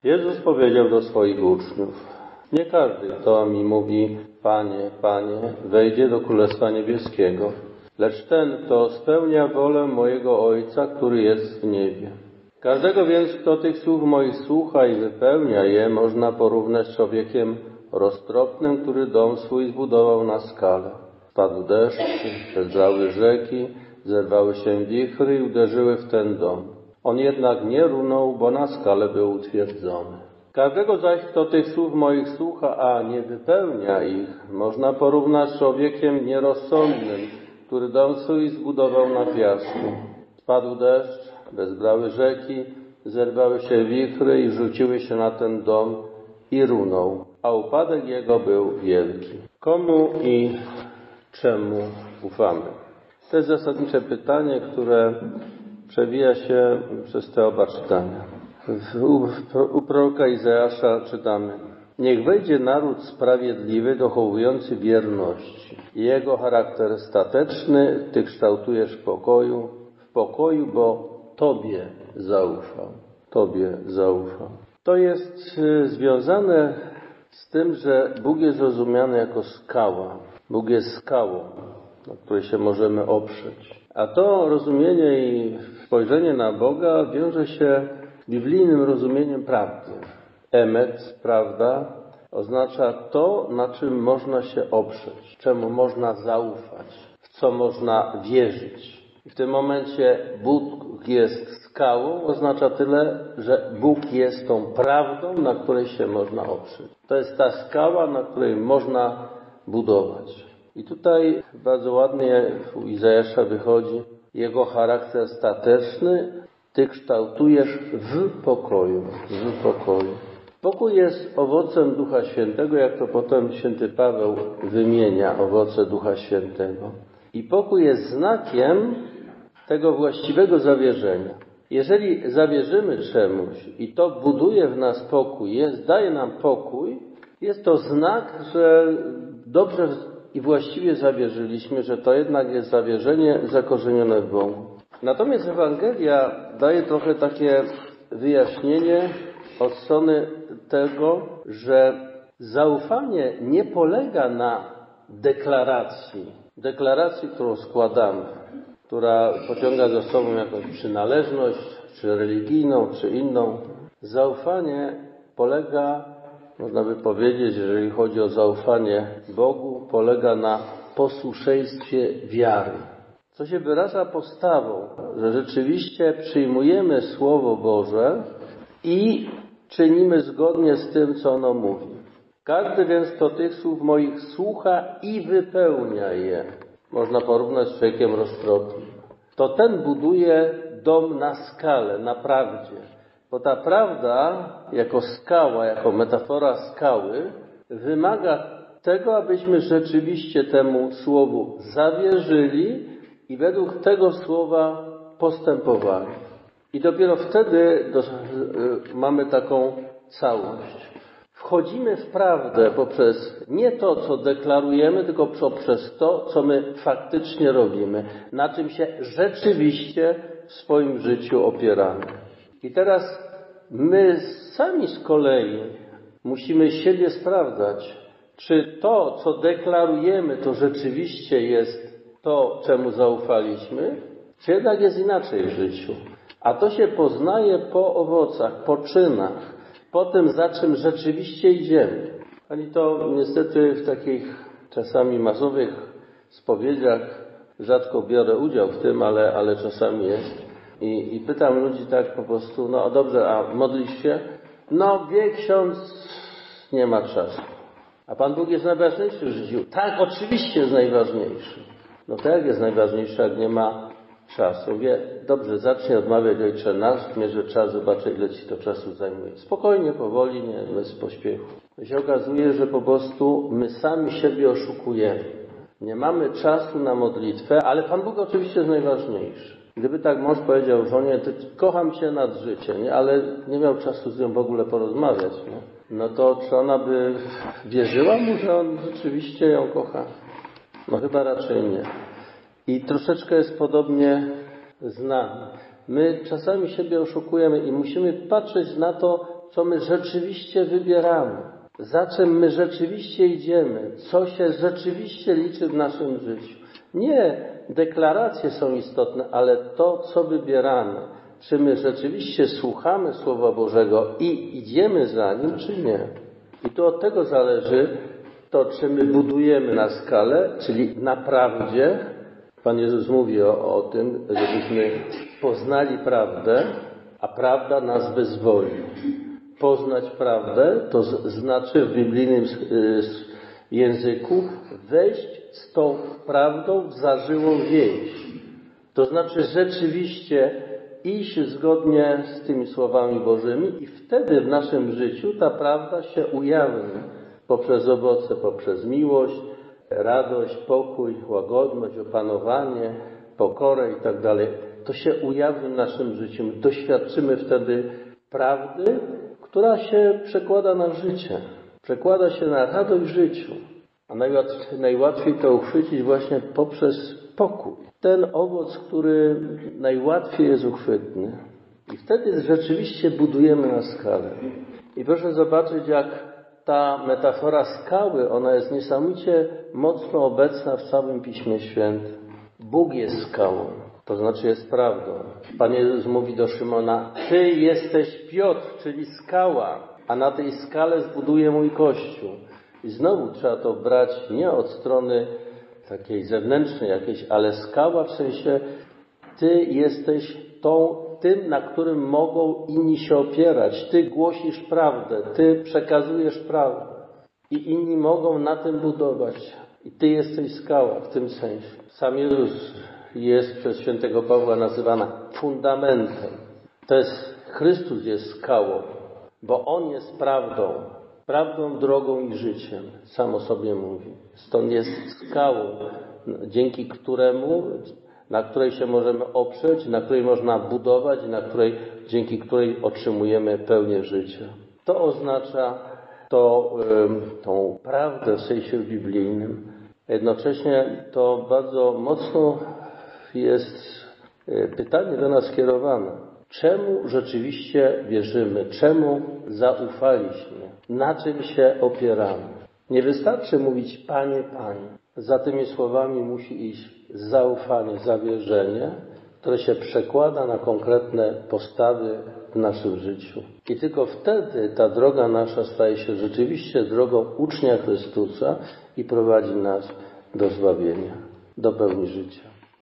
Jezus powiedział do swoich uczniów: nie każdy, kto mi mówi Panie, Panie, wejdzie do Królestwa Niebieskiego, lecz ten, kto spełnia wolę mojego Ojca, który jest w niebie. Każdego więc, kto tych słów moich słucha i wypełnia je, można porównać z człowiekiem roztropnym, który dom swój zbudował na skale. Spadł deszcz, zebrzały rzeki, zerwały się wichry i uderzyły w ten dom. On jednak nie runął, bo na skale był utwierdzony. Każdego zaś, kto tych słów moich słucha, a nie wypełnia ich, można porównać z człowiekiem nierozsądnym, który dom swój zbudował na piasku. Spadł deszcz, wezbrały rzeki, zerwały się wichry i rzuciły się na ten dom i runął, a upadek jego był wielki. Komu i czemu ufamy? To jest zasadnicze pytanie, które przewija się przez te oba czytania. U proroka Izajasza czytamy: niech wejdzie naród sprawiedliwy, dochowujący wierności. Jego charakter stateczny Ty kształtujesz w pokoju, bo Tobie zaufał. Tobie zaufał. To jest związane z tym, że Bóg jest rozumiany jako skała. Bóg jest skałą, na której się możemy oprzeć. A to rozumienie i spojrzenie na Boga wiąże się z biblijnym rozumieniem prawdy. Emet, prawda, oznacza to, na czym można się oprzeć, czemu można zaufać, w co można wierzyć. I w tym momencie Bóg jest skałą, oznacza tyle, że Bóg jest tą prawdą, na której się można oprzeć. To jest ta skała, na której można budować. I tutaj bardzo ładnie u Izajasza wychodzi jego charakter stateczny. Ty kształtujesz w pokoju. Pokój jest owocem Ducha Świętego, jak to potem święty Paweł wymienia, owoce Ducha Świętego. I pokój jest znakiem tego właściwego zawierzenia. Jeżeli zawierzymy czemuś i to buduje w nas pokój, daje nam pokój, jest to znak, że dobrze i właściwie zawierzyliśmy, że to jednak jest zawierzenie zakorzenione w Bogu. Natomiast Ewangelia daje trochę takie wyjaśnienie od strony tego, że zaufanie nie polega na deklaracji, którą składamy, która pociąga za sobą jakąś przynależność, czy religijną, czy inną. Zaufanie polega, można by powiedzieć, jeżeli chodzi o zaufanie Bogu, polega na posłuszeństwie wiary. Co się wyraża postawą, że rzeczywiście przyjmujemy Słowo Boże i czynimy zgodnie z tym, co ono mówi. Każdy więc, kto tych słów moich słucha i wypełnia je, można porównać z człowiekiem roztropnym, to ten buduje dom na skale, na prawdzie. Bo ta prawda, jako skała, jako metafora skały, wymaga tego, abyśmy rzeczywiście temu słowu zawierzyli i według tego słowa postępowali. I dopiero wtedy mamy taką całość. Wchodzimy w prawdę poprzez nie to, co deklarujemy, tylko poprzez to, co my faktycznie robimy, na czym się rzeczywiście w swoim życiu opieramy. I teraz my sami z kolei musimy siebie sprawdzać, czy to, co deklarujemy, to rzeczywiście jest to, czemu zaufaliśmy, czy jednak jest inaczej w życiu. A to się poznaje po owocach, po czynach, po tym, za czym rzeczywiście idziemy. Ani to niestety w takich czasami masowych spowiedziach rzadko biorę udział w tym, ale czasami jest. I pytam ludzi tak po prostu: no dobrze, a modlisz się? No wie ksiądz, nie ma czasu. A Pan Bóg jest najważniejszy w życiu. Tak, oczywiście jest najważniejszy. No to jak jest najważniejszy, jak nie ma czasu? Mówię: dobrze, zacznij odmawiać Ojcze Nasz, mierzę czas, zobaczę, ile Ci to czasu zajmuje. Spokojnie, powoli, nie bez pośpiechu. To się okazuje, że po prostu my sami siebie oszukujemy. Nie mamy czasu na modlitwę, ale Pan Bóg oczywiście jest najważniejszy. Gdyby tak mąż powiedział żonie: kocham Cię nad życie, nie? Ale nie miał czasu z nią w ogóle porozmawiać, nie? No to czy ona by wierzyła mu, że on rzeczywiście ją kocha? No chyba raczej nie. I troszeczkę jest podobnie z nami. My czasami siebie oszukujemy i musimy patrzeć na to, co my rzeczywiście wybieramy, za czym my rzeczywiście idziemy, co się rzeczywiście liczy w naszym życiu. Nie deklaracje są istotne, ale to, co wybieramy. Czy my rzeczywiście słuchamy Słowa Bożego i idziemy za Nim, czy nie. I tu od tego zależy to, czy my budujemy na skalę, czyli na prawdzie. Pan Jezus mówi o tym, żebyśmy poznali prawdę, a prawda nas wyzwoli. Poznać prawdę to znaczy w biblijnym języku wejść z tą prawdą w zażyłą więź. To znaczy rzeczywiście iść zgodnie z tymi słowami Bożymi i wtedy w naszym życiu ta prawda się ujawni poprzez owoce, poprzez miłość, radość, pokój, łagodność, opanowanie, pokorę i tak dalej. To się ujawni w naszym życiu. Doświadczymy wtedy prawdy, która się przekłada na życie. Przekłada się na radość w życiu. A najłatwiej to uchwycić właśnie poprzez pokój. Ten owoc, który najłatwiej jest uchwytny. I wtedy rzeczywiście budujemy na skalę. I proszę zobaczyć, jak ta metafora skały, ona jest niesamowicie mocno obecna w całym Piśmie Świętym. Bóg jest skałą, to znaczy jest prawdą. Pan Jezus mówi do Szymona: Ty jesteś Piotr, czyli skała, a na tej skale zbuduję mój Kościół. I znowu trzeba to brać nie od strony takiej zewnętrznej jakiejś, ale skała w sensie Ty jesteś tym, na którym mogą inni się opierać. Ty głosisz prawdę, Ty przekazujesz prawdę i inni mogą na tym budować. I Ty jesteś skała w tym sensie. Sam Jezus jest przez świętego Pawła nazywany fundamentem. To jest Chrystus jest skałą, bo On jest prawdą, drogą i życiem. Sam o sobie mówi. Stąd jest skałą, na której się możemy oprzeć, na której można budować, dzięki której otrzymujemy pełnię życia. To oznacza tą prawdę w sensie biblijnym. Jednocześnie to bardzo mocno jest pytanie do nas skierowane. Czemu rzeczywiście wierzymy? Czemu zaufaliśmy? Na czym się opieramy? Nie wystarczy mówić Panie, Panie. Za tymi słowami musi iść zaufanie, zawierzenie, które się przekłada na konkretne postawy w naszym życiu. I tylko wtedy ta droga nasza staje się rzeczywiście drogą ucznia Chrystusa i prowadzi nas do zbawienia, do pełni życia.